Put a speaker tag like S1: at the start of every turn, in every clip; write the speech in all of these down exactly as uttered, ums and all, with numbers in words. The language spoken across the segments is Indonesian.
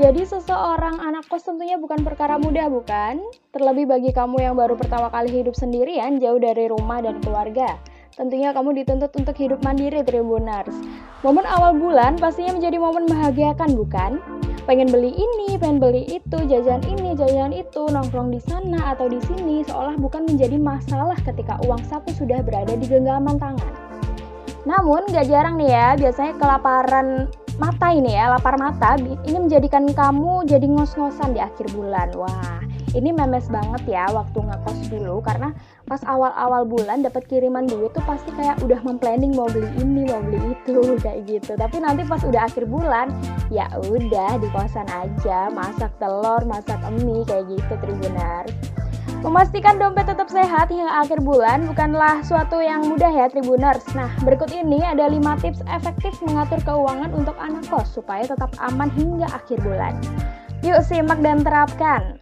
S1: Menjadi seseorang anak kos tentunya bukan perkara mudah, bukan? Terlebih bagi kamu yang baru pertama kali hidup sendirian, jauh dari rumah dan keluarga. Tentunya kamu dituntut untuk hidup mandiri, Tribuners. Momen awal bulan pastinya menjadi momen membahagiakan, bukan? Pengen beli ini, pengen beli itu, jajan ini, jajan itu, nongkrong di sana atau di sini, seolah bukan menjadi masalah ketika uang saku sudah berada di genggaman tangan. Namun, gak jarang nih ya, biasanya kelaparan mata ini ya, lapar mata ini menjadikan kamu jadi ngos-ngosan di akhir bulan. Wah, ini memes banget ya waktu ngekos dulu, karena pas awal-awal bulan dapat kiriman duit tuh pasti kayak udah memplanning mau beli ini, mau beli itu, kayak gitu. Tapi nanti pas udah akhir bulan, ya udah di kosan aja, masak telur, masak mie, kayak gitu, Tribuners. Memastikan dompet tetap sehat hingga akhir bulan bukanlah suatu yang mudah ya, Tribuners. Nah, berikut ini ada lima tips efektif mengatur keuangan untuk anak kos supaya tetap aman hingga akhir bulan. Yuk simak dan terapkan.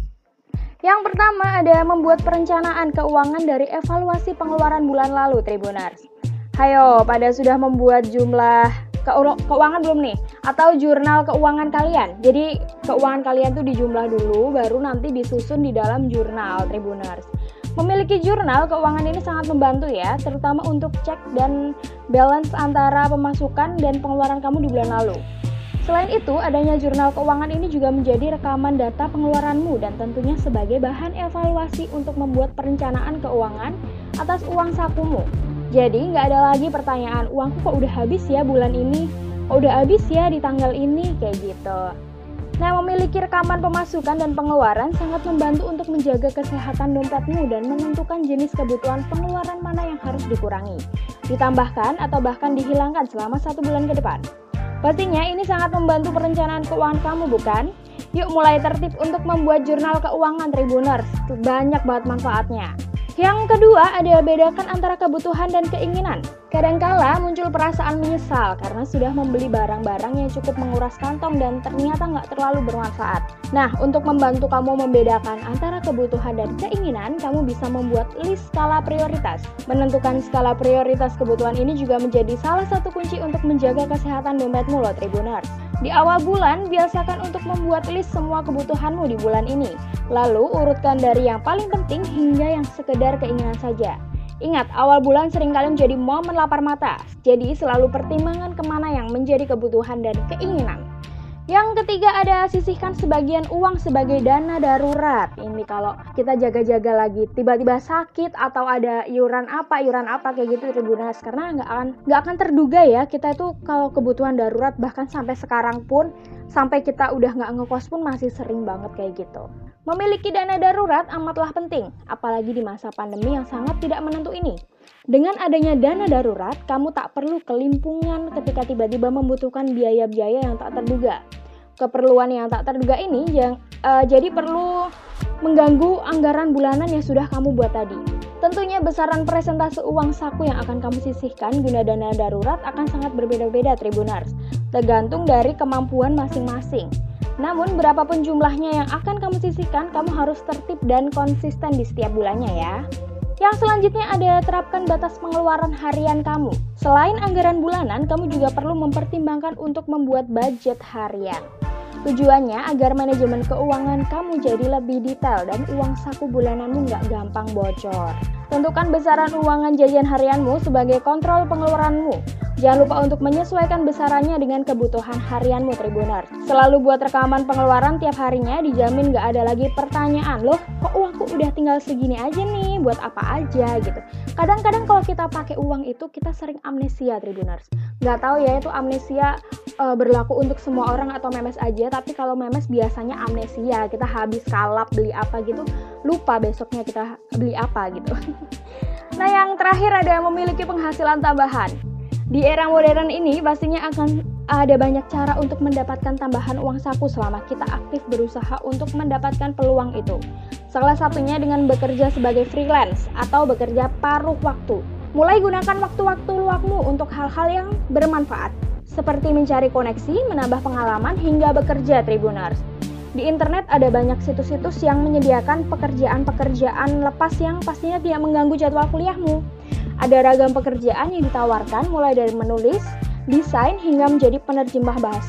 S1: Yang pertama ada membuat perencanaan keuangan dari evaluasi pengeluaran bulan lalu, Tribuners. Hayo, pada sudah membuat jumlah keuangan belum nih? Atau jurnal keuangan kalian? Jadi keuangan kalian tuh dijumlah dulu, baru nanti disusun di dalam jurnal, Tribuners. Memiliki jurnal keuangan ini sangat membantu ya, terutama untuk cek dan balance antara pemasukan dan pengeluaran kamu di bulan lalu. Selain itu, adanya jurnal keuangan ini juga menjadi rekaman data pengeluaranmu dan tentunya sebagai bahan evaluasi untuk membuat perencanaan keuangan atas uang sakumu. Jadi nggak ada lagi pertanyaan, uangku kok udah habis ya bulan ini, kok udah habis ya di tanggal ini, kayak gitu. Nah, memiliki rekaman pemasukan dan pengeluaran sangat membantu untuk menjaga kesehatan dompetmu dan menentukan jenis kebutuhan pengeluaran mana yang harus dikurangi, ditambahkan atau bahkan dihilangkan selama satu bulan ke depan. Pastinya ini sangat membantu perencanaan keuangan kamu, bukan? Yuk mulai tertib untuk membuat jurnal keuangan, Tribuners. Banyak banget manfaatnya. Yang kedua, ada bedakan antara kebutuhan dan keinginan. Kadangkala muncul perasaan menyesal karena sudah membeli barang-barang yang cukup menguras kantong dan ternyata nggak terlalu bermanfaat. Nah, untuk membantu kamu membedakan antara kebutuhan dan keinginan, kamu bisa membuat list skala prioritas. Menentukan skala prioritas kebutuhan ini juga menjadi salah satu kunci untuk menjaga kesehatan dompetmu loh, Tribuners. Di awal bulan, biasakan untuk membuat list semua kebutuhanmu di bulan ini. Lalu, urutkan dari yang paling penting hingga yang sekedar keinginan saja. Ingat, awal bulan seringkali menjadi momen lapar mata. Jadi, selalu pertimbangan kemana yang menjadi kebutuhan dan keinginan. Yang ketiga ada sisihkan sebagian uang sebagai dana darurat. Ini kalau kita jaga-jaga lagi tiba-tiba sakit atau ada iuran apa, iuran apa kayak gitu, Tribuners. Karena nggak akan nggak akan terduga ya kita itu kalau kebutuhan darurat, bahkan sampai sekarang pun, sampai kita udah nggak ngekos pun masih sering banget kayak gitu. Memiliki dana darurat amatlah penting, apalagi di masa pandemi yang sangat tidak menentu ini. Dengan adanya dana darurat, kamu tak perlu kelimpungan ketika tiba-tiba membutuhkan biaya-biaya yang tak terduga. Keperluan yang tak terduga ini yang uh, jadi perlu mengganggu anggaran bulanan yang sudah kamu buat tadi. Tentunya besaran persentase uang saku yang akan kamu sisihkan guna dana darurat akan sangat berbeda-beda, Tribuners, tergantung dari kemampuan masing-masing. Namun berapapun jumlahnya yang akan kamu sisihkan, kamu harus tertib dan konsisten di setiap bulannya ya. Yang selanjutnya ada terapkan batas pengeluaran harian kamu. Selain anggaran bulanan, kamu juga perlu mempertimbangkan untuk membuat budget harian. Tujuannya agar manajemen keuangan kamu jadi lebih detail dan uang saku bulananmu nggak gampang bocor. Tentukan besaran uangan jajan harianmu sebagai kontrol pengeluaranmu. Jangan lupa untuk menyesuaikan besarannya dengan kebutuhan harianmu, Tribuners. Selalu buat rekaman pengeluaran tiap harinya, dijamin gak ada lagi pertanyaan, loh kok uangku udah tinggal segini aja nih, buat apa aja gitu. Kadang-kadang kalau kita pakai uang itu kita sering amnesia, Tribuners. Gak tahu ya itu amnesia e, berlaku untuk semua orang atau memes aja, tapi kalau memes biasanya amnesia, kita habis kalap beli apa gitu, lupa besoknya kita beli apa gitu. Nah, yang terakhir ada memiliki penghasilan tambahan. Di era modern ini pastinya akan ada banyak cara untuk mendapatkan tambahan uang saku selama kita aktif berusaha untuk mendapatkan peluang itu. Salah satunya dengan bekerja sebagai freelance atau bekerja paruh waktu. Mulai gunakan waktu-waktu luangmu untuk hal-hal yang bermanfaat, seperti mencari koneksi, menambah pengalaman, hingga bekerja, Tribuners. Di internet ada banyak situs-situs yang menyediakan pekerjaan-pekerjaan lepas yang pastinya tidak mengganggu jadwal kuliahmu. Ada ragam pekerjaan yang ditawarkan mulai dari menulis, desain hingga menjadi penerjemah bahasa.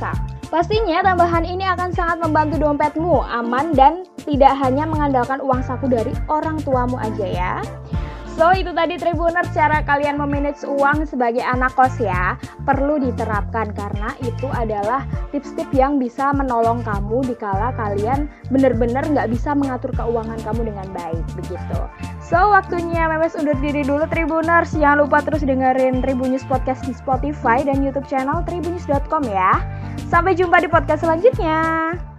S1: Pastinya tambahan ini akan sangat membantu dompetmu, aman dan tidak hanya mengandalkan uang saku dari orang tuamu aja ya. So, itu tadi Tribuners, cara kalian memanage uang sebagai anak kos ya. Perlu diterapkan karena itu adalah tips-tips yang bisa menolong kamu dikala kalian benar-benar nggak bisa mengatur keuangan kamu dengan baik, begitu. So, waktunya Memes undur diri dulu Tribuners. Jangan lupa terus dengerin Tribunnews Podcast di Spotify dan YouTube channel tribunnews dot com ya. Sampai jumpa di podcast selanjutnya.